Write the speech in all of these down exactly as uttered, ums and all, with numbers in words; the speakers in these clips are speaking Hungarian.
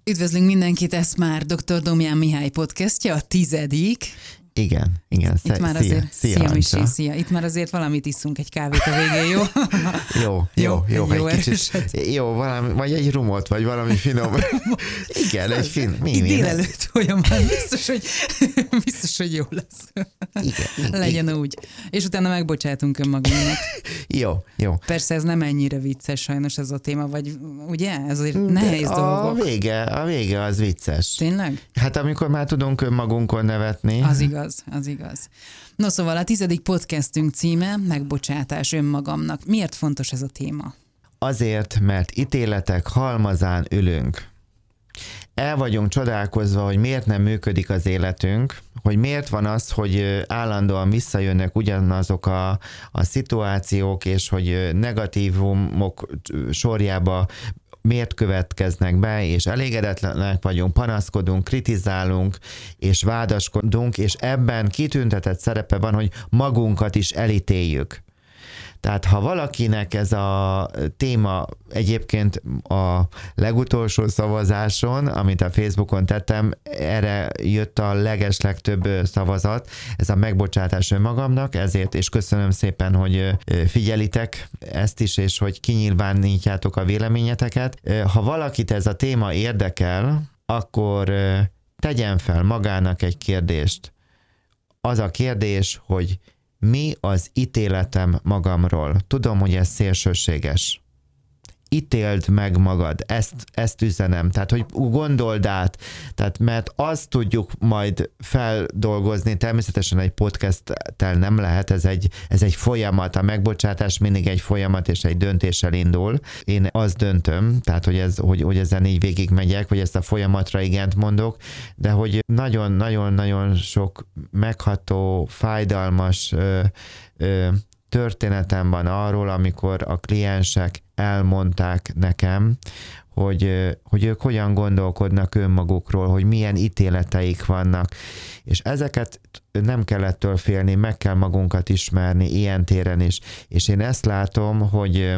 Üdvözlünk mindenkit, ez már doktor Domján Mihály podcastja, a tizedik. Igen, igen. Itt Sz- már szia, azért, szia, szia Misi, Ancsa. szia. Itt már azért valamit iszunk, egy kávét a végén, jó? Jó, jó, jó, jó, egy kicsit, jó, valami, vagy egy rumot, vagy valami finom. Igen, egy fin, mi, Itt mi, délelőtt folyamán biztos, hogy, biztos, hogy jó lesz. Igen, Legyen igen. úgy. És utána megbocsátunk önmagunknak. Jó, jó. Persze ez nem ennyire vicces sajnos ez a téma, vagy ugye? Ez azért nehéz De dolgok. A vége, a vége az vicces. Tényleg? Hát amikor már tudunk önmagunkon nevetni. Az igaz, az igaz. No szóval a tizedik podcastünk címe Megbocsátás önmagamnak. Miért fontos ez a téma? Azért, mert ítéletek halmazán ülünk. El vagyunk csodálkozva, hogy miért nem működik az életünk, hogy miért van az, hogy állandóan visszajönnek ugyanazok a, a szituációk, és hogy negatívumok sorjába miért következnek be, és elégedetlenek vagyunk, panaszkodunk, kritizálunk, és vádaskodunk, és ebben kitüntetett szerepe van, hogy magunkat is elítéljük. Tehát ha valakinek ez a téma egyébként a legutolsó szavazáson, amit a Facebookon tettem, erre jött a legeslegtöbb szavazat, ez a megbocsátás önmagamnak, ezért és köszönöm szépen, hogy figyelitek ezt is, és hogy kinyilvánítjátok a véleményeteket. Ha valakit ez a téma érdekel, akkor tegyen fel magának egy kérdést. Az a kérdés, hogy mi az ítéletem magamról? Tudom, hogy ez szélsőséges. Ítéld meg magad, ezt, ezt üzenem, tehát hogy gondold át, tehát mert azt tudjuk majd feldolgozni, természetesen egy podcasttel nem lehet, ez egy, ez egy folyamat, a megbocsátás mindig egy folyamat és egy döntéssel indul. Én azt döntöm, tehát hogy, ez, hogy, hogy ezen így végigmegyek, hogy ezt a folyamatra igent mondok, de hogy nagyon-nagyon-nagyon sok megható, fájdalmas ö, ö, történetem van arról, amikor a kliensek elmondták nekem, hogy, hogy ők hogyan gondolkodnak önmagukról, hogy milyen ítéleteik vannak. És ezeket nem kell ettől félni, meg kell magunkat ismerni ilyen téren is. És én ezt látom, hogy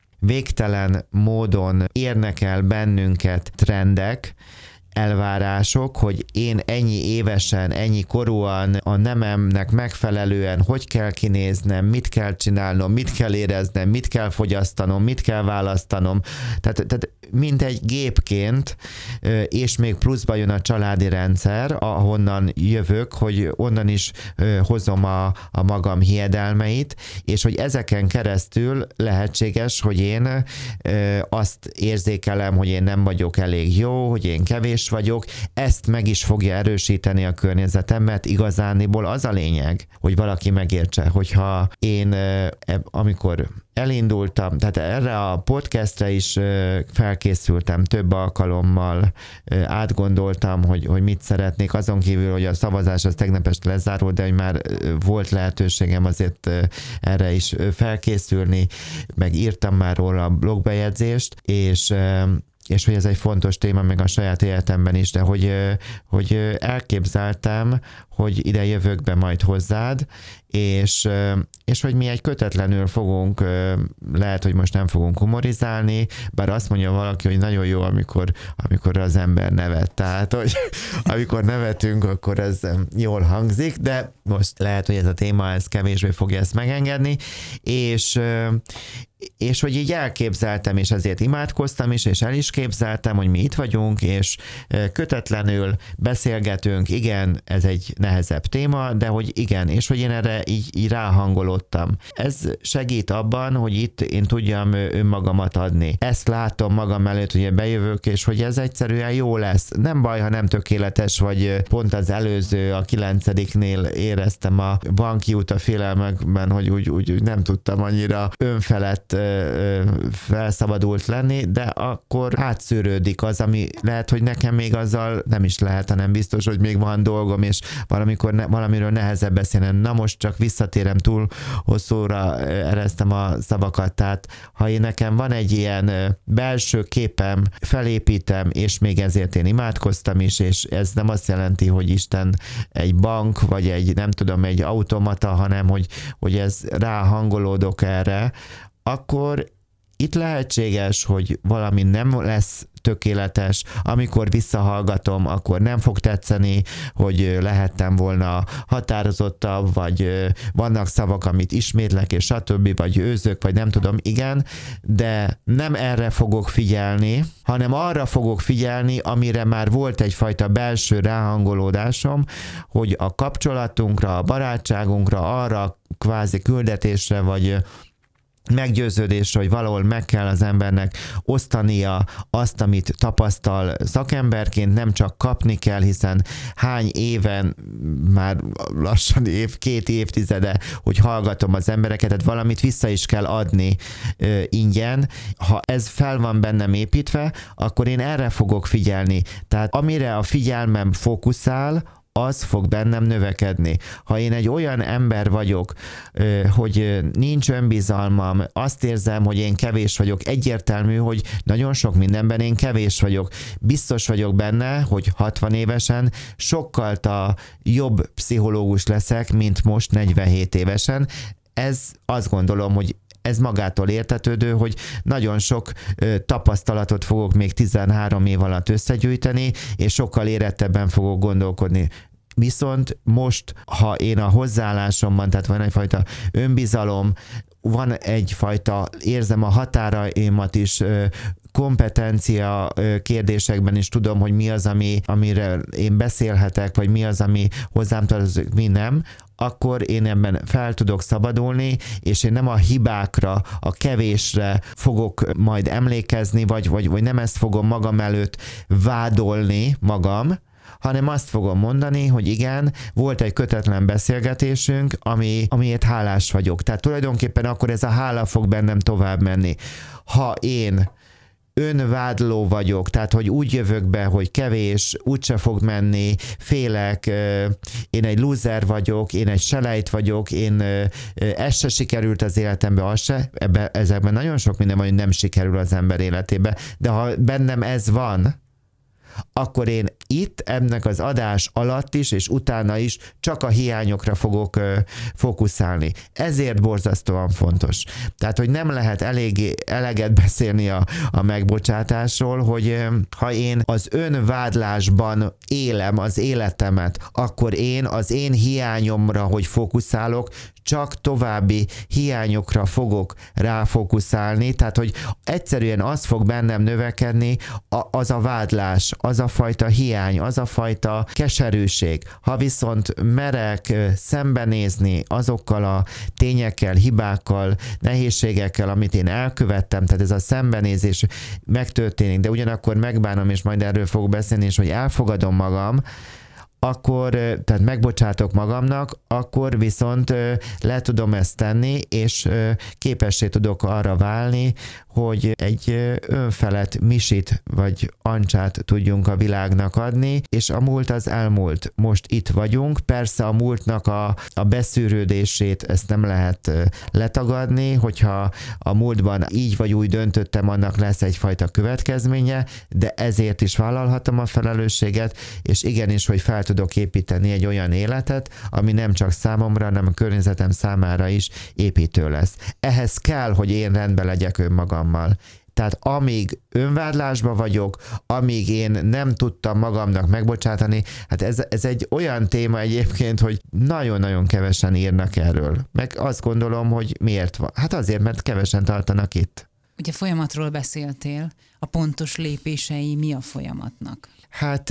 végtelen módon érnek el bennünket trendek, elvárások, hogy én ennyi évesen, ennyi korúan a nememnek megfelelően hogy kell kinéznem, mit kell csinálnom, mit kell éreznem, mit kell fogyasztanom, mit kell választanom. Tehát, tehát mint egy gépként, és még pluszba jön a családi rendszer, ahonnan jövök, hogy onnan is hozom a, a magam hiedelmeit, és hogy ezeken keresztül lehetséges, hogy én azt érzékelem, hogy én nem vagyok elég jó, hogy én kevés vagyok, ezt meg is fogja erősíteni a környezetem, mert igazániból az a lényeg, hogy valaki megértse, hogyha én amikor elindultam, tehát erre a podcastre is felkészültem több alkalommal, átgondoltam, hogy, hogy mit szeretnék, azon kívül, hogy a szavazás az tegnap este lezárult, de hogy már volt lehetőségem azért erre is felkészülni, meg írtam már róla a blogbejegyzést, és és hogy ez egy fontos téma még a saját életemben is, de hogy, hogy elképzeltem, hogy ide jövök be majd hozzád, és, és hogy mi egy kötetlenül fogunk, lehet, hogy most nem fogunk humorizálni, bár azt mondja valaki, hogy nagyon jó, amikor, amikor az ember nevet. Tehát, hogy amikor nevetünk, akkor ez jól hangzik, de most lehet, hogy ez a téma ez kevésbé fogja ezt megengedni, és és hogy így elképzeltem, és ezért imádkoztam is, és el is képzeltem, hogy mi itt vagyunk, és kötetlenül beszélgetünk, igen, ez egy nehezebb téma, de hogy igen, és hogy én erre így, így ráhangolódtam. Ez segít abban, hogy itt én tudjam önmagamat adni. Ezt látom magam előtt, hogy bejövök, és hogy ez egyszerűen jó lesz. Nem baj, ha nem tökéletes, vagy pont az előző, a kilencediknél éreztem a banki út a félelmekben, hogy úgy, úgy, úgy nem tudtam annyira önfelett felszabadult lenni, de akkor átszűrődik az, ami lehet, hogy nekem még azzal nem is lehet, hanem biztos, hogy még van dolgom, és valamikor ne, valamiről nehezebb beszélni. Na most csak visszatérem, túl hosszúra ereztem a szavakat, tehát ha én nekem van egy ilyen belső képem, felépítem, és még ezért én imádkoztam is, és ez nem azt jelenti, hogy Isten egy bank, vagy egy nem tudom, egy automata, hanem hogy, hogy ez ráhangolódok erre, akkor Itt lehetséges, hogy valami nem lesz tökéletes, amikor visszahallgatom, akkor nem fog tetszeni, hogy lehettem volna határozottabb, vagy vannak szavak, amit ismétlek, és stb., vagy őzök, vagy nem tudom, igen, de nem erre fogok figyelni, hanem arra fogok figyelni, amire már volt egyfajta belső ráhangolódásom, hogy a kapcsolatunkra, a barátságunkra, arra kvázi küldetésre, vagy meggyőződésre, hogy valahol meg kell az embernek osztania azt, amit tapasztal szakemberként, nem csak kapni kell, hiszen hány éven, már lassan év, két évtizede, hogy hallgatom az embereket, tehát valamit vissza is kell adni ö, ingyen. Ha ez fel van bennem építve, akkor én erre fogok figyelni. Tehát amire a figyelmem fókuszál, az fog bennem növekedni. Ha én egy olyan ember vagyok, hogy nincs önbizalmam, azt érzem, hogy én kevés vagyok, egyértelmű, hogy nagyon sok mindenben én kevés vagyok. Biztos vagyok benne, hogy hatvan évesen sokkal a jobb pszichológus leszek, mint most negyvenhét évesen. Ez azt gondolom, hogy ez magától értetődő, hogy nagyon sok ö, tapasztalatot fogok még tizenhárom év alatt összegyűjteni, és sokkal érettebben fogok gondolkodni. Viszont most, ha én a hozzáállásomban, tehát van egyfajta önbizalom, van egyfajta, érzem a határaimat is, ö, kompetencia kérdésekben is tudom, hogy mi az, ami, amire én beszélhetek, vagy mi az, ami hozzám tartozik, mi nem, akkor én ebben fel tudok szabadulni, és én nem a hibákra, a kevésre fogok majd emlékezni, vagy, vagy, vagy nem ezt fogom magam előtt vádolni magam, hanem azt fogom mondani, hogy igen, volt egy kötetlen beszélgetésünk, ami, amiért hálás vagyok. Tehát tulajdonképpen akkor ez a hála fog bennem tovább menni. Ha én önvádló vagyok, tehát hogy úgy jövök be, hogy kevés, úgyse fog menni, félek, én egy loser vagyok, én egy selejt vagyok, én ez se sikerült az életembe, az se, ebbe, ezekben nagyon sok minden van, hogy nem sikerül az ember életébe, de ha bennem ez van, akkor én itt ennek az adás alatt is, és utána is csak a hiányokra fogok ö, fókuszálni. Ezért borzasztóan fontos. Tehát, hogy nem lehet eléggé, eleget beszélni a, a megbocsátásról, hogy ö, ha én az önvádlásban élem az életemet, akkor én az én hiányomra, hogy fókuszálok, csak további hiányokra fogok ráfókuszálni, tehát, hogy egyszerűen az fog bennem növekedni, a, az a vádlás, az a fajta hiány, az a fajta keserűség. Ha viszont merek szembenézni azokkal a tényekkel, hibákkal, nehézségekkel, amit én elkövettem, tehát ez a szembenézés megtörténik, de ugyanakkor megbánom, és majd erről fogok beszélni, és hogy elfogadom magam, akkor, tehát megbocsátok magamnak, akkor viszont le tudom ezt tenni, és képessé tudok arra válni, hogy egy önfelett misit vagy ancsát tudjunk a világnak adni, és a múlt az elmúlt. Most itt vagyunk, persze a múltnak a, a beszűrődését ezt nem lehet letagadni, hogyha a múltban így vagy úgy döntöttem, annak lesz egyfajta következménye, de ezért is vállalhatom a felelősséget, és igenis, hogy fel tudok építeni egy olyan életet, ami nem csak számomra, hanem a környezetem számára is építő lesz. Ehhez kell, hogy én rendben legyek önmagammal. Tehát amíg önvádlásban vagyok, amíg én nem tudtam magamnak megbocsátani, hát ez, ez egy olyan téma egyébként, hogy nagyon-nagyon kevesen írnak erről. Meg azt gondolom, hogy miért van. Hát azért, mert kevesen tartanak itt. Ugye folyamatról beszéltél, a pontos lépései mi a folyamatnak? Hát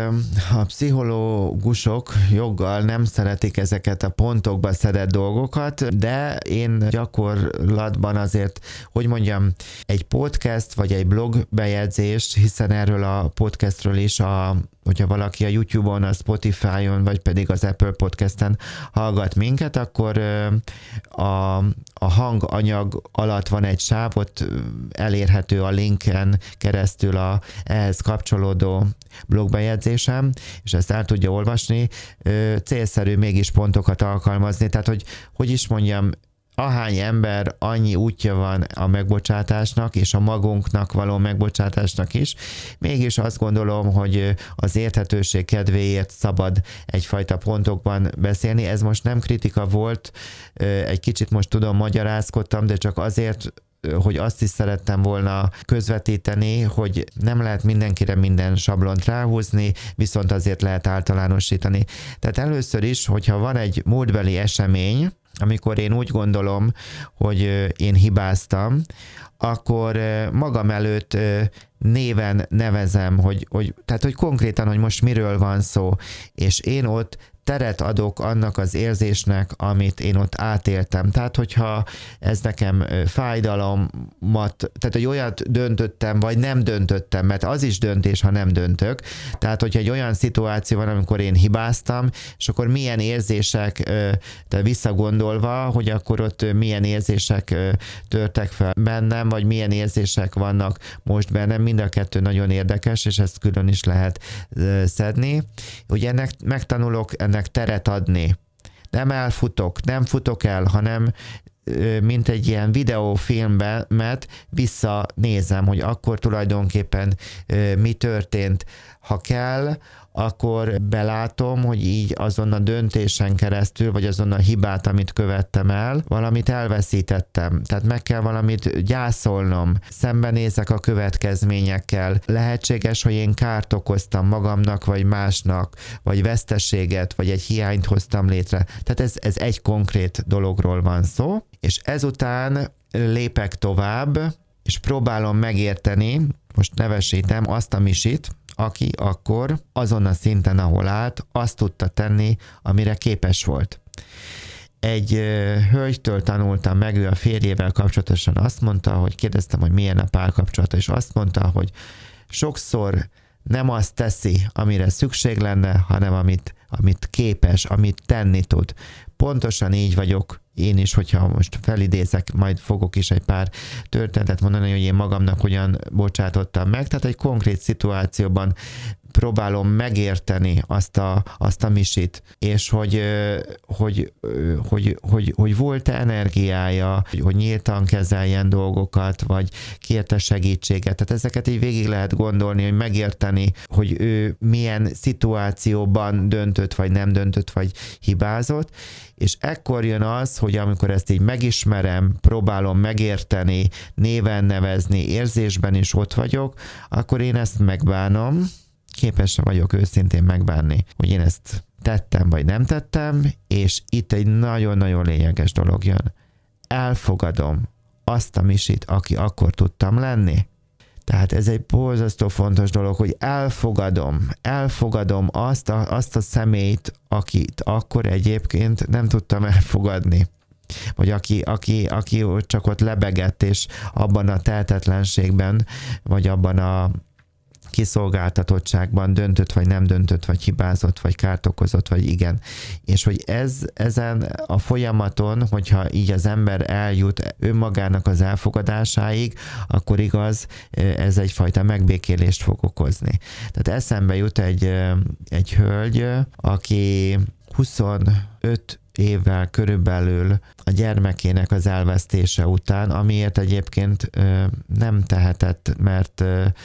a pszichológusok joggal nem szeretik ezeket a pontokba szedett dolgokat, de én gyakorlatban azért, hogy mondjam, egy podcast vagy egy blog bejegyzést, hiszen erről a podcastről is, a, hogyha valaki a YouTube-on, a Spotify-on, vagy pedig az Apple Podcasten hallgat minket, akkor a, a hanganyag alatt van egy sáv, ott elérhető a linken keresztül a ehhez kapcsolódó blogbejegyzésem, és ezt el tudja olvasni, célszerű mégis pontokat alkalmazni, tehát hogy, hogy is mondjam, ahány ember, annyi útja van a megbocsátásnak, és a magunknak való megbocsátásnak is. Mégis azt gondolom, hogy az érthetőség kedvéért szabad egyfajta pontokban beszélni. Ez most nem kritika volt, egy kicsit most tudom, magyarázkodtam, de csak azért hogy azt is szerettem volna közvetíteni, hogy nem lehet mindenkire minden sablont ráhúzni, viszont azért lehet általánosítani. Tehát először is, hogyha van egy múltbeli esemény, amikor én úgy gondolom, hogy én hibáztam, akkor magam előtt néven nevezem, hogy, hogy, tehát hogy konkrétan, hogy most miről van szó, és én ott teret adok annak az érzésnek, amit én ott átéltem. Tehát, hogyha ez nekem fájdalomat, tehát, hogy olyat döntöttem, vagy nem döntöttem, mert az is döntés, ha nem döntök. Tehát, hogyha egy olyan szituáció van, amikor én hibáztam, és akkor milyen érzések, tehát visszagondolva, hogy akkor ott milyen érzések törtek fel bennem, vagy milyen érzések vannak most bennem, mind a kettő nagyon érdekes, és ezt külön is lehet szedni. Ugye ennek megtanulok ennek teret adni. Nem elfutok, nem futok el, hanem mint egy ilyen videófilmet visszanézem, hogy akkor tulajdonképpen mi történt. Ha kell, akkor belátom, hogy így azon a döntésen keresztül, vagy azon a hibát, amit követtem el, valamit elveszítettem. Tehát meg kell valamit gyászolnom, szembenézek a következményekkel. Lehetséges, hogy én kárt okoztam magamnak, vagy másnak, vagy veszteséget, vagy egy hiányt hoztam létre. Tehát ez, ez egy konkrét dologról van szó, és ezután lépek tovább, és próbálom megérteni, most nevesítem azt a Misit, aki akkor azon a szinten, ahol állt, azt tudta tenni, amire képes volt. Egy hölgytől tanultam meg, ő a férjével kapcsolatosan azt mondta, hogy kérdeztem, hogy milyen a párkapcsolata, és azt mondta, hogy sokszor nem azt teszi, amire szükség lenne, hanem amit, amit képes, amit tenni tud. Pontosan így vagyok én is, hogyha most felidézek, majd fogok is egy pár történetet mondani, hogy én magamnak hogyan bocsátottam meg. Tehát egy konkrét szituációban próbálom megérteni azt a, azt a Misit, és hogy, hogy, hogy, hogy, hogy volt-e energiája, hogy nyíltan kezeljen dolgokat, vagy kérte segítséget. Tehát ezeket így végig lehet gondolni, hogy megérteni, hogy ő milyen szituációban döntött, vagy nem döntött, vagy hibázott, és ekkor jön az, hogy amikor ezt így megismerem, próbálom megérteni, néven nevezni, érzésben is ott vagyok, akkor én ezt megbánom, képes vagyok őszintén megbánni, hogy én ezt tettem, vagy nem tettem, és itt egy nagyon-nagyon lényeges dolog jön. Elfogadom azt a Misit, aki akkor tudtam lenni. Tehát ez egy borzasztó fontos dolog, hogy elfogadom, elfogadom azt a, azt a személyt, akit akkor egyébként nem tudtam elfogadni. Vagy aki, aki, aki csak ott lebegett, és abban a tehetetlenségben, vagy abban a kiszolgáltatottságban döntött, vagy nem döntött, vagy hibázott, vagy kárt okozott, vagy igen. És hogy ez, ezen a folyamaton, hogyha így az ember eljut önmagának az elfogadásáig, akkor igaz, ez egyfajta megbékélést fog okozni. Tehát eszembe jut egy, egy hölgy, aki huszonöt évvel körülbelül a gyermekének az elvesztése után, amiért egyébként nem tehetett, mert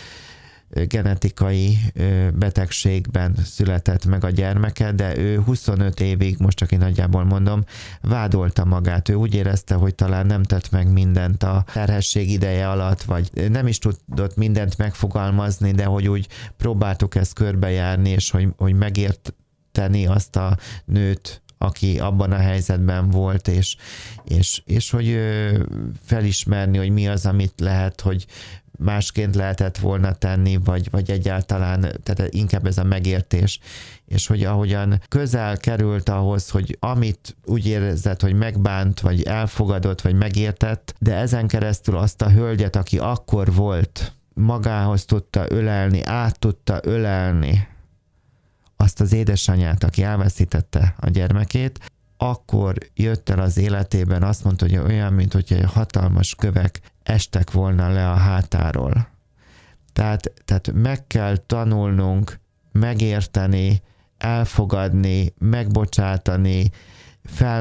genetikai betegségben született meg a gyermeke, de ő huszonöt évig, most csak én nagyjából mondom, vádolta magát. Ő úgy érezte, hogy talán nem tett meg mindent a terhesség ideje alatt, vagy nem is tudott mindent megfogalmazni, de hogy úgy próbáltuk ezt körbejárni, és hogy, hogy megérteni azt a nőt, aki abban a helyzetben volt, és, és, és hogy felismerni, hogy mi az, amit lehet, hogy másként lehetett volna tenni, vagy, vagy egyáltalán, tehát inkább ez a megértés, és hogy ahogyan közel került ahhoz, hogy amit úgy érzett, hogy megbánt, vagy elfogadott, vagy megértett, de ezen keresztül azt a hölgyet, aki akkor volt, magához tudta ölelni, át tudta ölelni azt az édesanyát, aki elveszítette a gyermekét, akkor jött el az életében, azt mondta, hogy olyan, mint hogyha hatalmas kövek estek volna le a hátáról. Tehát, tehát meg kell tanulnunk, megérteni, elfogadni, megbocsátani,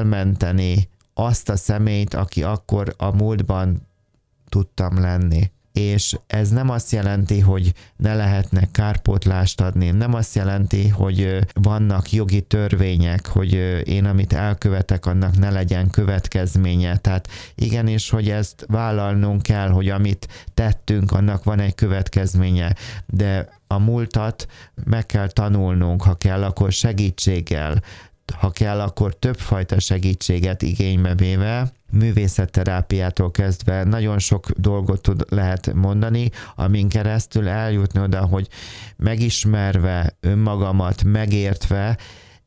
felmenteni azt a személyt, aki akkor a múltban tudtam lenni. és ez nem azt jelenti, hogy ne lehetne kárpótlást adni, nem azt jelenti, hogy vannak jogi törvények, hogy én amit elkövetek, annak ne legyen következménye. Tehát igenis, hogy ezt vállalnunk kell, hogy amit tettünk, annak van egy következménye, de a múltat meg kell tanulnunk, ha kell, akkor segítséggel, ha kell, akkor többfajta segítséget igénybe véve, művészetterápiától kezdve nagyon sok dolgot tud, lehet mondani, amin keresztül eljutni oda, hogy megismerve önmagamat, megértve,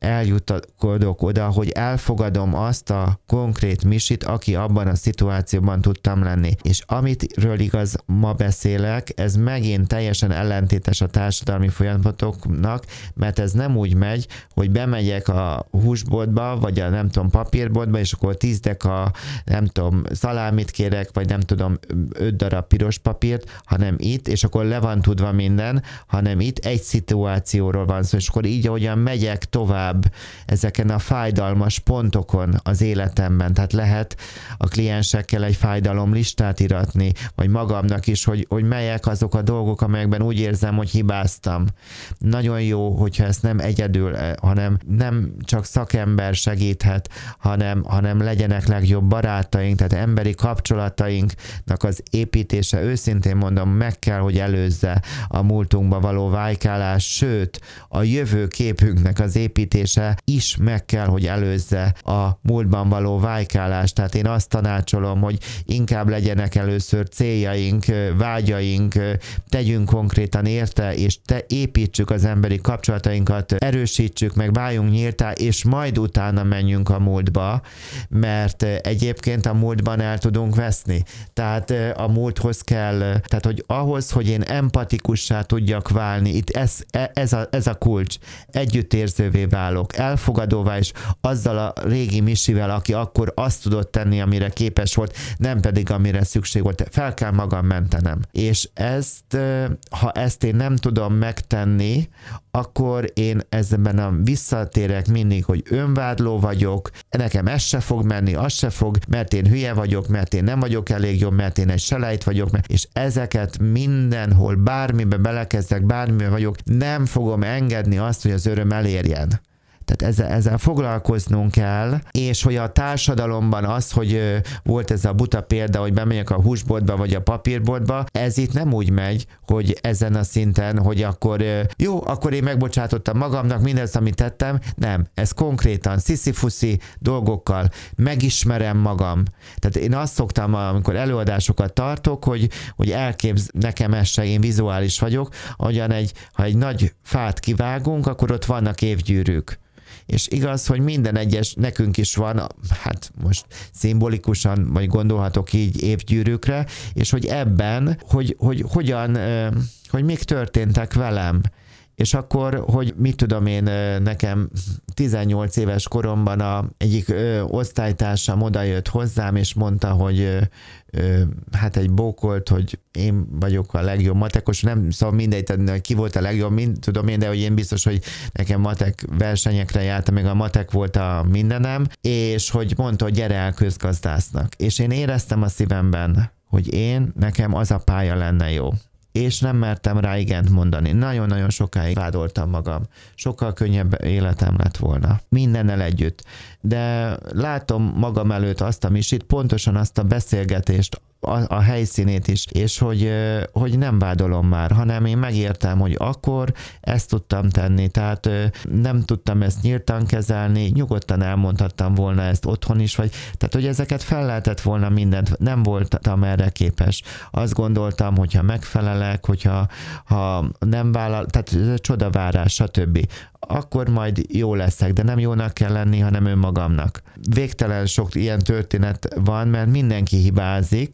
eljutodok oda, hogy elfogadom azt a konkrét Misit, aki abban a szituációban tudtam lenni. És amitről igaz ma beszélek, ez megint teljesen ellentétes a társadalmi folyamatoknak, mert ez nem úgy megy, hogy bemegyek a húsboltba, vagy a nem tudom papírboltba, és akkor tíz deka, nem tudom, szalámit kérek, vagy nem tudom, öt darab piros papírt, hanem itt, és akkor le van tudva minden, hanem itt egy szituációról van szó, és akkor így, ahogyan megyek tovább ezeken a fájdalmas pontokon az életemben. Tehát lehet a kliensekkel egy fájdalomlistát iratni, vagy magamnak is, hogy, hogy melyek azok a dolgok, amelyekben úgy érzem, hogy hibáztam. Nagyon jó, hogyha ezt nem egyedül, hanem nem csak szakember segíthet, hanem, hanem legyenek legjobb barátaink, tehát emberi kapcsolatainknak az építése, őszintén mondom, meg kell, hogy előzze a múltunkba való vájkálás, sőt, a jövő képünknek az építése is meg kell, hogy előzze a múltban való vájkálást. Tehát én azt tanácsolom, hogy inkább legyenek először céljaink, vágyaink, tegyünk konkrétan érte, és te építsük az emberi kapcsolatainkat, erősítsük meg, váljunk nyíltá, és majd utána menjünk a múltba, mert egyébként a múltban el tudunk veszni. Tehát a múlthoz kell, tehát hogy ahhoz, hogy én empatikussá tudjak válni, itt ez, ez, a, ez a kulcs, együttérzővé válok, elfogadóvá, és azzal a régi Misivel, aki akkor azt tudott tenni, amire képes volt, nem pedig amire szükség volt. Fel kell magam mentenem. És ezt, ha ezt én nem tudom megtenni, akkor én ezben a visszatérek mindig, hogy önvádló vagyok, nekem ez se fog menni, az se fog, mert én hülye vagyok, mert én nem vagyok elég jobb, mert én egy selejt vagyok, mert, és ezeket mindenhol, bármibe belekezdek, bármibe vagyok, nem fogom engedni azt, hogy az öröm elérjen. Tehát ezzel, ezzel foglalkoznunk kell, és hogy a társadalomban az, hogy volt ez a buta példa, hogy bemegyek a húsboltba vagy a papírboltba, ez itt nem úgy megy, hogy ezen a szinten, hogy akkor jó, akkor én megbocsátottam magamnak mindezt, amit tettem. Nem, ez konkrétan sziszifuszi dolgokkal megismerem magam. Tehát én azt szoktam, amikor előadásokat tartok, hogy, hogy elképz, nekem ez se, én vizuális vagyok, ahogyan egy, ha egy nagy fát kivágunk, akkor ott vannak évgyűrűk. És igaz, hogy minden egyes, nekünk is van, hát most szimbolikusan, vagy gondolhatok így évgyűrűkre, és hogy ebben, hogy, hogy hogyan, hogy mik történtek velem. És akkor, hogy mit tudom én, nekem tizennyolc éves koromban a egyik ö, osztálytársam odajött hozzám, és mondta, hogy ö, ö, hát egy bókolt, hogy én vagyok a legjobb matekos, nem, szóval mindegy, hogy ki volt a legjobb, mind, tudom én, de hogy én biztos, hogy nekem matek versenyekre jártam, még a matek volt a mindenem, és hogy mondta, hogy gyere el közgazdásznak. És én éreztem a szívemben, hogy én, nekem az a pálya lenne jó. És nem mertem rá igent mondani. Nagyon-nagyon sokáig vádoltam magam. Sokkal könnyebb életem lett volna. Mindennel együtt. De látom magam előtt azt a Misit, pontosan azt a beszélgetést, a, a helyszínét is, és hogy, hogy nem vádolom már, hanem én megértem, hogy akkor ezt tudtam tenni, tehát nem tudtam ezt nyíltan kezelni, nyugodtan elmondhattam volna ezt otthon is, vagy, tehát hogy ezeket fel lehetett volna mindent, nem voltam erre képes. Azt gondoltam, hogyha megfelelek, hogyha ha nem vállal, tehát csodavárás, stb. Akkor majd jó leszek, de nem jónak kell lenni, hanem önmagamnak. Végtelen sok ilyen történet van, mert mindenki hibázik,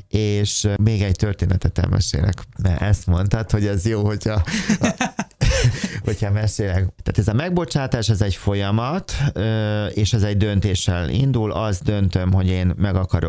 és még egy történetet elmesélek. Mert ezt mondtad, hogy ez jó, hogyha, hogyha mesélek. Tehát ez a megbocsátás, ez egy folyamat, és ez egy döntéssel indul. Azt döntöm, hogy én meg akarok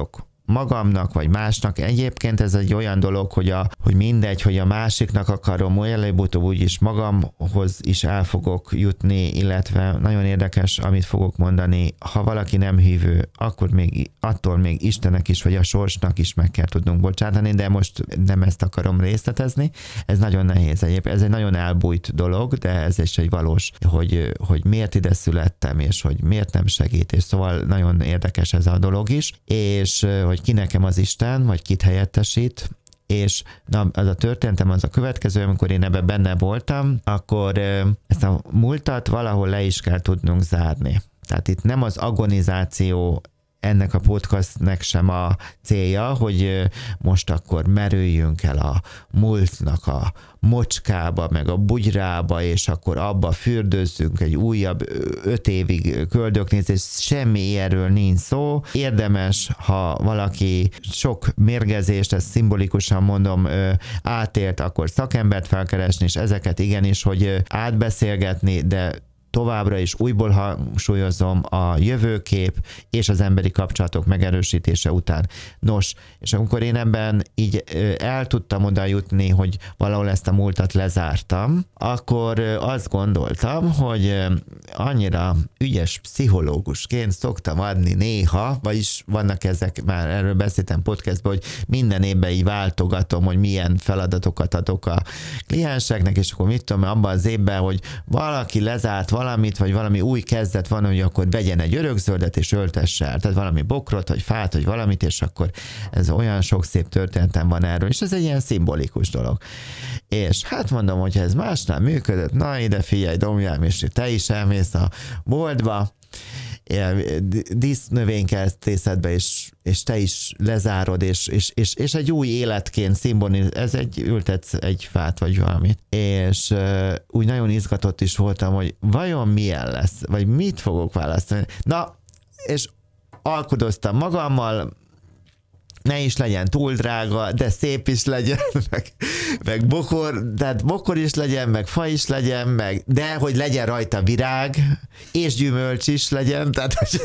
magamnak, vagy másnak. Egyébként ez egy olyan dolog, hogy, a, hogy mindegy, hogy a másiknak akarom, előbb-utóbb úgyis magamhoz is el fogok jutni, illetve nagyon érdekes, amit fogok mondani, ha valaki nem hívő, akkor még attól még Istennek is, vagy a sorsnak is meg kell tudnunk bocsátani, de most nem ezt akarom részletezni. Ez nagyon nehéz egyébként. Ez egy nagyon elbújt dolog, de ez is egy valós, hogy, hogy miért ide születtem, és hogy miért nem segít, és szóval nagyon érdekes ez a dolog is, és hogy ki nekem az Isten, vagy kit helyettesít, és na, az a történetem az a következő, amikor én ebben benne voltam, akkor ezt a múltat valahol le is kell tudnunk zárni. Tehát itt nem az agonizáció ennek a podcastnek sem a célja, hogy most akkor merüljünk el a múltnak a mocskába, meg a bugyrába, és akkor abba fürdőzzünk egy újabb öt évig köldöknézés, semmi ilyenről nincs szó. Érdemes, ha valaki sok mérgezést, ezt szimbolikusan mondom, átélt, akkor szakembert felkeresni, és ezeket igenis, hogy átbeszélgetni, de továbbra is újból hangsúlyozom a jövőkép és az emberi kapcsolatok megerősítése után. Nos, és amikor én ebben így el tudtam oda jutni, hogy valahol ezt a múltat lezártam, akkor azt gondoltam, hogy annyira ügyes pszichológusként szoktam adni néha, vagyis vannak ezek, már erről beszéltem podcastban, hogy minden évben így váltogatom, hogy milyen feladatokat adok a klienseknek, és akkor mit tudom, abban az évben, hogy valaki lezárt valamit, vagy valami új kezdet van, hogy akkor vegyen egy örökzöldet és öltesse el. Tehát valami bokrot, vagy fát, vagy valamit, és akkor ez olyan sok szép történetem van erről, és ez egy ilyen szimbolikus dolog. És hát mondom, hogyha ez másnál működött, na ide figyelj, Domjám, és te is elmész a boltba, dísznövénykertészetbe, és, és te is lezárod, és, és, és, és egy új életként szimbolizál, ez egy, ültetsz egy fát, vagy valamit. És uh, úgy nagyon izgatott is voltam, hogy vajon milyen lesz, vagy mit fogok választani. Na, és alkudoztam magammal, ne is legyen túl drága, de szép is legyen, meg, meg bokor, tehát bokor is legyen, meg fa is legyen, meg, de hogy legyen rajta virág, és gyümölcs is legyen, tehát hogy,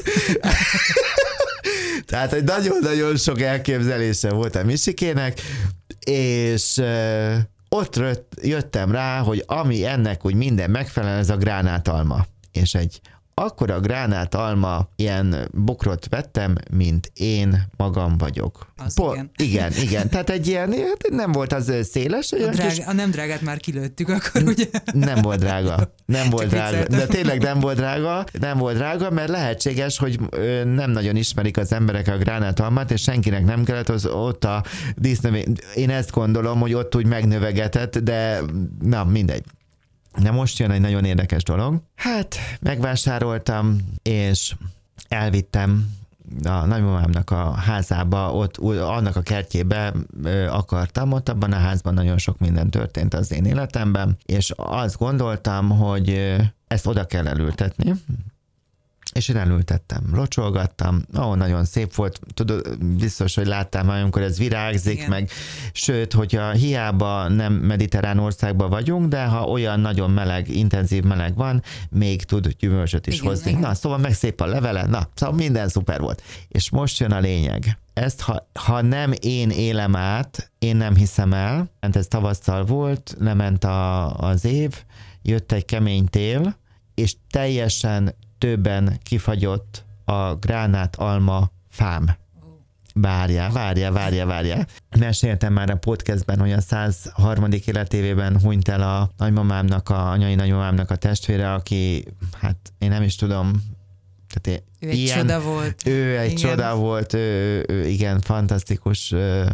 tehát hogy nagyon-nagyon sok elképzelése volt a Misikének, és uh, ott jöttem rá, hogy ami ennek úgy minden megfelel, ez a gránátalma, és egy akkora gránátalma ilyen bokrot vettem, mint én magam vagyok. Az Po- igen. igen, igen. Tehát egy ilyen, hát nem volt az széles. A, drága, kis... a nem drágát már kilőttük, akkor ugye? Nem volt drága. Nem volt Csak drága. vicceltem. De tényleg nem volt drága. Nem volt drága, mert lehetséges, hogy nem nagyon ismerik az emberek a gránátalmát, és senkinek nem kellett, az ott a dísznövény. Én ezt gondolom, hogy ott úgy megnövegetett, de na, mindegy. De most jön egy nagyon érdekes dolog. Hát megvásároltam, és elvittem a nagymamámnak a házába, ott annak a kertjébe akartam, ott abban a házban nagyon sok minden történt az én életemben, és azt gondoltam, hogy ezt oda kell elültetni, és én elültettem, locsolgattam, ó, nagyon szép volt, tudod, biztos, hogy láttál már, amikor ez virágzik, igen. Meg sőt, hogyha hiába nem mediterrán országban vagyunk, de ha olyan nagyon meleg, intenzív meleg van, még tud gyümölcsöt is igen, hozni. Igen. Na, szóval meg szép a levele, na, szóval minden szuper volt. És most jön a lényeg. Ezt, ha, ha nem én élem át, én nem hiszem el, mert ez tavasszal volt, lement a, az év, jött egy kemény tél, és teljesen többen kifagyott a gránátalma fám. Várjál, várjál, várjál, várjál. Meséltem már a podcastben, hogy a száz harmadik életévében hunyt el a nagymamámnak, a anyai nagymamámnak a testvére, aki, hát én nem is tudom, tehát ő egy ilyen, csoda volt. Ő egy igen. csoda volt, ő, ő igen, fantasztikus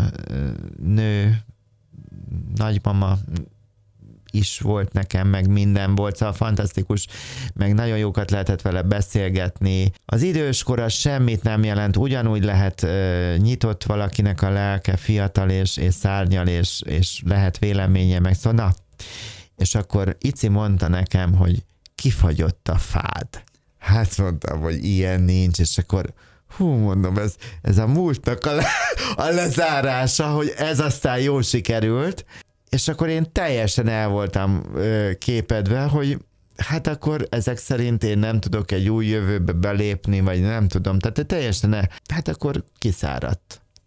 nő, nagymama, is volt nekem, meg minden volt, szóval fantasztikus, meg nagyon jókat lehetett vele beszélgetni. Az időskora semmit nem jelent, ugyanúgy lehet uh, nyitott valakinek a lelke, fiatal és, és szárnyal, és, és lehet véleménye, meg szóval na. És akkor Ici mondta nekem, hogy kifagyott a fád. Hát mondtam, hogy ilyen nincs, és akkor hú, mondom, ez, ez a múltnak a, le, a lezárása, hogy ez aztán jól sikerült. És akkor én teljesen el voltam ö, képedve, hogy hát akkor ezek szerint én nem tudok egy új jövőbe belépni, vagy nem tudom, tehát teljesen el, hát akkor kiszáradt.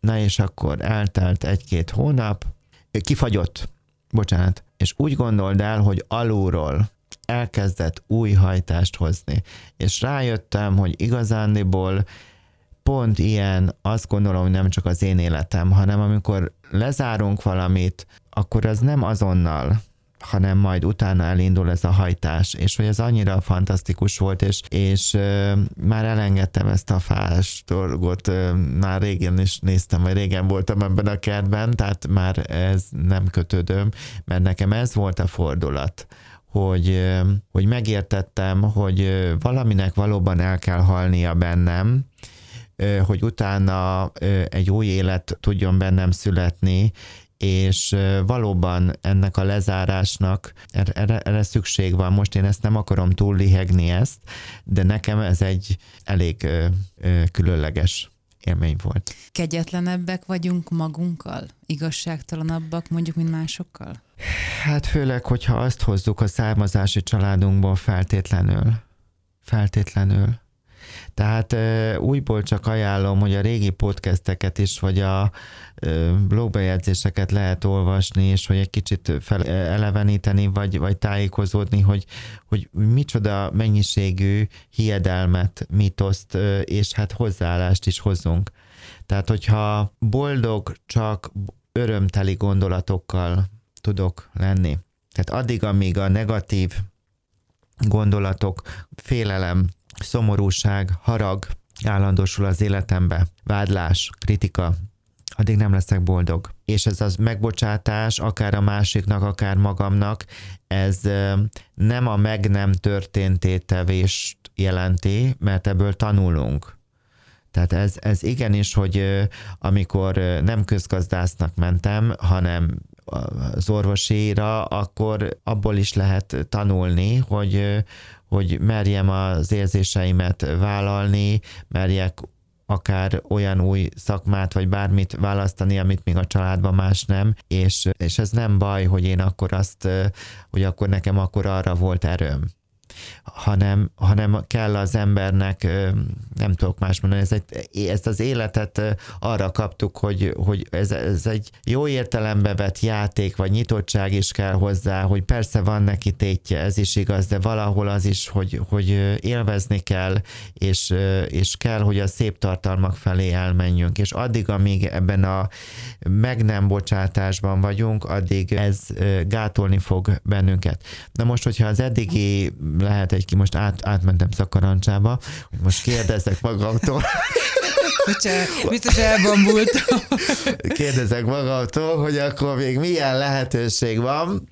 Na és akkor eltelt egy-két hónap, kifagyott, bocsánat, és úgy gondold el, hogy alulról elkezdett új hajtást hozni. És rájöttem, hogy igazándiból pont ilyen, azt gondolom, hogy nem csak az én életem, hanem amikor lezárunk valamit, akkor az nem azonnal, hanem majd utána elindul ez a hajtás, és hogy ez annyira fantasztikus volt, és, és uh, már elengedtem ezt a fás dolgot, uh, már régen is néztem, vagy régen voltam ebben a kertben, tehát már ez nem kötődöm, mert nekem ez volt a fordulat, hogy, uh, hogy megértettem, hogy uh, valaminek valóban el kell halnia bennem, uh, hogy utána uh, egy új élet tudjon bennem születni, és valóban ennek a lezárásnak erre, erre szükség van. Most én ezt nem akarom túl lihegni ezt, de nekem ez egy elég ö, ö, különleges élmény volt. Kegyetlenebbek vagyunk magunkkal? Igazságtalanabbak mondjuk, mint másokkal? Hát főleg, hogyha azt hozzuk a származási családunkból feltétlenül. Feltétlenül. Tehát újból csak ajánlom, hogy a régi podcasteket is, vagy a blogbejegyzéseket lehet olvasni, és hogy egy kicsit fel, eleveníteni, vagy, vagy tájékozódni, hogy, hogy micsoda mennyiségű hiedelmet, mitoszt, és hát hozzáállást is hozzunk. Tehát, hogyha boldog, csak örömteli gondolatokkal tudok lenni. Tehát addig, amíg a negatív gondolatok, félelem, szomorúság, harag állandósul az életembe, vádlás, kritika, addig nem leszek boldog. És ez az megbocsátás, akár a másiknak, akár magamnak, ez nem a meg nem történté tevést jelenti, mert ebből tanulunk. Tehát ez, ez igenis, hogy amikor nem közgazdásznak mentem, hanem az orvosira, akkor abból is lehet tanulni, hogy, hogy merjem az érzéseimet vállalni, merjek akár olyan új szakmát, vagy bármit választani, amit még a családban más nem, és, és ez nem baj, hogy én akkor azt, hogy akkor nekem akkor arra volt erőm. Hanem, hanem kell az embernek, nem tudok más mondani, ez egy, ezt az életet arra kaptuk, hogy, hogy ez, ez egy jó értelembe vett játék, vagy nyitottság is kell hozzá, hogy persze van neki tétje, ez is igaz, de valahol az is, hogy, hogy élvezni kell, és, és kell, hogy a szép tartalmak felé elmenjünk, és addig, amíg ebben a meg nem bocsátásban vagyunk, addig ez gátolni fog bennünket. Na most, hogyha az eddigi lehet egy ki, most át, átmentem szakarancsába, hogy most kérdezek magamtól. Biztos elbambultam. Kérdezek magamtól, hogy akkor még milyen lehetőség van.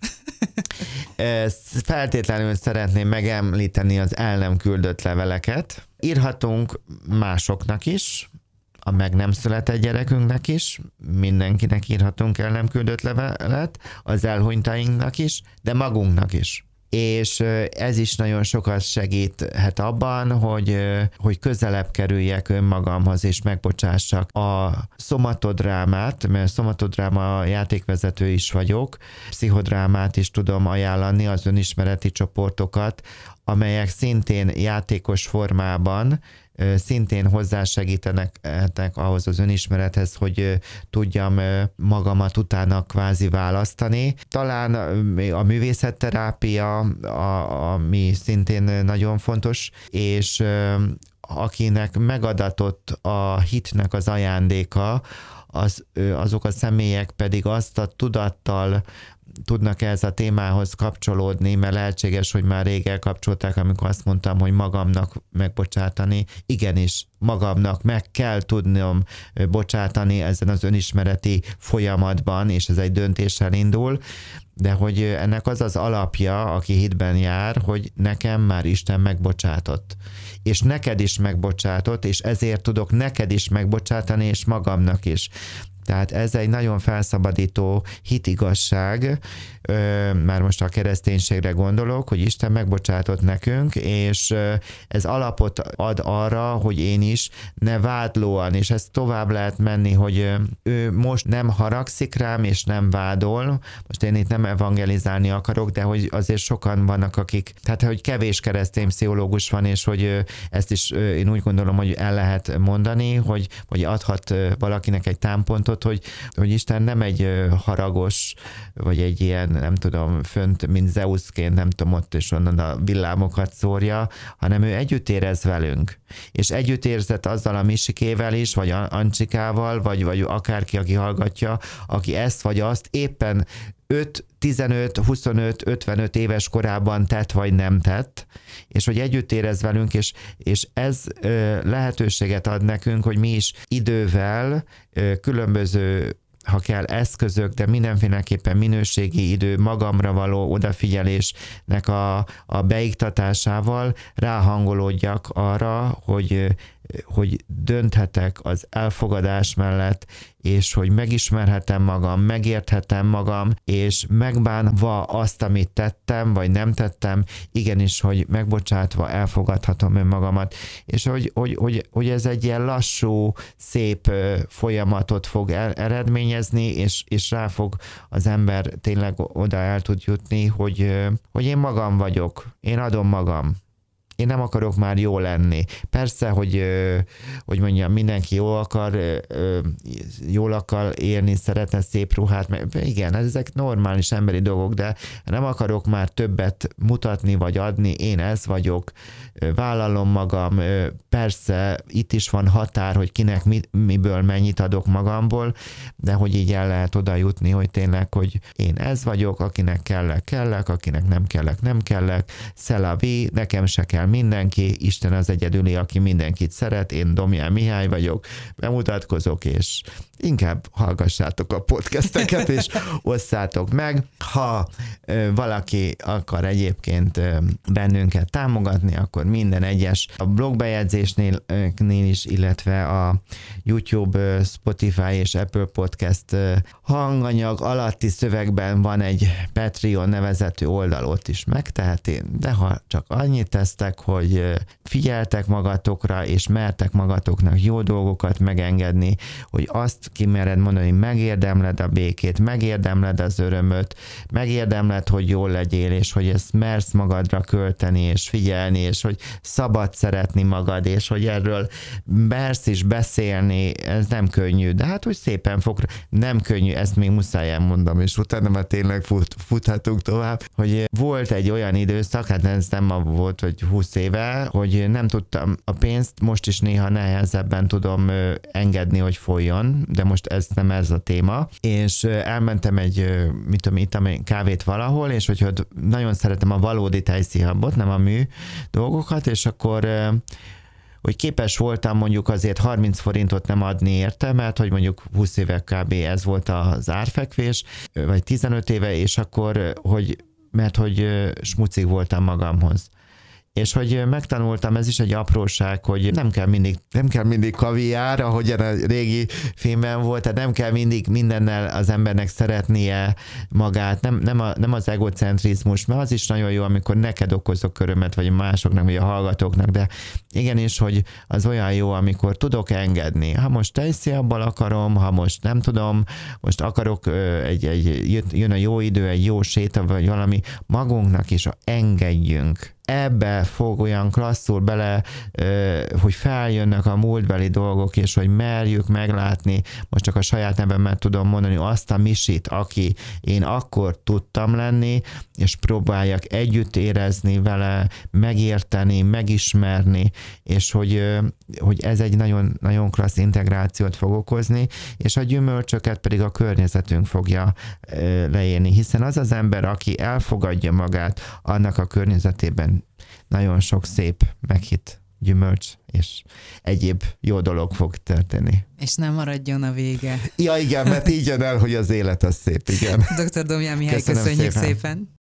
Feltétlenül szeretném megemlíteni az el nem küldött leveleket. Írhatunk másoknak is, a meg nem született gyerekünknek is, mindenkinek írhatunk el nem küldött levelet, az elhunytainknak is, de magunknak is. És ez is nagyon sokat segíthet abban, hogy, hogy közelebb kerüljek önmagamhoz, és megbocsássak a szomatodrámát, mert szomatodráma játékvezető is vagyok, pszichodrámát is tudom ajánlani, az önismereti csoportokat, amelyek szintén játékos formában szintén hozzásegítenek ahhoz az önismerethez, hogy tudjam magamat utána kvázi választani. Talán a művészetterápia, ami szintén nagyon fontos, és akinek megadatott a hitnek az ajándéka, az, azok a személyek pedig azt a tudattal tudnak ehhez a témához kapcsolódni, mert lehetséges, hogy már rég elkapcsolták, amikor azt mondtam, hogy magamnak megbocsátani. Igenis, magamnak meg kell tudnom bocsátani ezen az önismereti folyamatban, és ez egy döntéssel indul, de hogy ennek az az alapja, aki hitben jár, hogy nekem már Isten megbocsátott. És neked is megbocsátott, és ezért tudok neked is megbocsátani, és magamnak is. Tehát ez egy nagyon felszabadító hitigazság, már most a kereszténységre gondolok, hogy Isten megbocsátott nekünk, és ez alapot ad arra, hogy én is ne vádlóan, és ezt tovább lehet menni, hogy ő most nem haragszik rám, és nem vádol. Most én itt nem evangelizálni akarok, de hogy azért sokan vannak, akik, tehát hogy kevés keresztény pszichológus van, és hogy ezt is én úgy gondolom, hogy el lehet mondani, hogy vagy adhat valakinek egy támpontot, hogy, hogy Isten nem egy haragos, vagy egy ilyen, nem tudom, fönt, mint Zeusként, nem tudom, ott és onnan a villámokat szórja, hanem ő együtt érez velünk. És együtt érzett azzal a Misikével is, vagy Ancsikával, vagy, vagy akárki, aki hallgatja, aki ezt vagy azt éppen öt, tizenöt, huszonöt, ötvenöt éves korában tett, vagy nem tett, és hogy együtt érez velünk, és, és ez ö, lehetőséget ad nekünk, hogy mi is idővel ö, különböző, ha kell, eszközök, de mindenféleképpen minőségi idő, magamra való odafigyelésnek a, a beiktatásával ráhangolódjak arra, hogy, hogy dönthetek az elfogadás mellett, és hogy megismerhetem magam, megérthetem magam, és megbánva azt, amit tettem, vagy nem tettem, igenis, hogy megbocsátva elfogadhatom önmagamat, és hogy, hogy, hogy, hogy ez egy ilyen lassú, szép folyamatot fog eredményezni, és, és rá fog az ember tényleg oda el tud jutni, hogy, hogy én magam vagyok, én adom magam. Én nem akarok már jó lenni. Persze, hogy, hogy mondjam, mindenki jól akar, jól akar élni, szeretne szép ruhát, mert igen, ezek normális emberi dolgok, de nem akarok már többet mutatni vagy adni, én ez vagyok, vállalom magam, persze itt is van határ, hogy kinek mi, miből mennyit adok magamból, de hogy így el lehet oda jutni, hogy tényleg, hogy én ez vagyok, akinek kellek, kellek, akinek nem kellek, nem kellek, c'est la vie, nekem se kell mindenki, Isten az egyedüli, aki mindenkit szeret, én Domján Mihály vagyok, bemutatkozok, és inkább hallgassátok a podcasteket, és osszátok meg. Ha ö, valaki akar egyébként ö, bennünket támogatni, akkor minden egyes a blogbejegyzésnél ö, is, illetve a YouTube, Spotify és Apple Podcast ö, hanganyag alatti szövegben van egy Patreon nevezetű oldal, ott is megteheti, de ha csak annyit tesztek, hogy figyeltek magatokra, és mertek magatoknak jó dolgokat megengedni, hogy azt kimered mondani, megérdemled a békét, megérdemled az örömöt, megérdemled, hogy jól legyél, és hogy ezt mersz magadra költeni, és figyelni, és hogy szabad szeretni magad, és hogy erről mersz is beszélni, ez nem könnyű, de hát, hogy szépen fog, nem könnyű, ezt még muszáj elmondom, és utána már tényleg fut, futhatunk tovább, hogy volt egy olyan időszak, hát ez nem volt, hogy húsz éve, hogy nem tudtam a pénzt, most is néha nehezebben tudom engedni, hogy folyjon, de most ez nem ez a téma, és elmentem egy, mit tudom, ittam egy kávét valahol, és hogy nagyon szeretem a valódi tejszínhabot, nem a mű dolgokat, és akkor hogy képes voltam mondjuk azért harminc forintot nem adni érte, mert hogy mondjuk húsz éve kb. Ez volt az árfekvés, vagy tizenöt éve, és akkor, hogy mert hogy smucig voltam magamhoz. És hogy megtanultam, ez is egy apróság, hogy nem kell mindig, nem kell mindig kaviár, ahogyan a régi filmben volt, tehát nem kell mindig mindennel az embernek szeretnie magát, nem, nem, a, nem az egocentrizmus, mert az is nagyon jó, amikor neked okozok örömet, vagy másoknak, vagy a hallgatóknak, de igenis, hogy az olyan jó, amikor tudok engedni. Ha most tejszínhabbal akarom, ha most nem tudom, most akarok egy, egy, jön a jó idő, egy jó séta, vagy valami, magunknak is engedjünk. Ebbe fog olyan klasszul bele, hogy feljönnek a múltbeli dolgok, és hogy merjük meglátni, most csak a saját nevemet tudom mondani, azt a Misit, aki én akkor tudtam lenni, és próbáljak együtt érezni vele, megérteni, megismerni, és hogy, hogy ez egy nagyon, nagyon klassz integrációt fog okozni, és a gyümölcsöket pedig a környezetünk fogja leérni, hiszen az az ember, aki elfogadja magát annak a környezetében, nagyon sok szép meghitt gyümölcs és egyéb jó dolog fog történni. És nem maradjon a vége. Ja igen, mert így jön el, hogy az élet az szép, igen. doktor Domján Mihály, köszönjük szépen. szépen.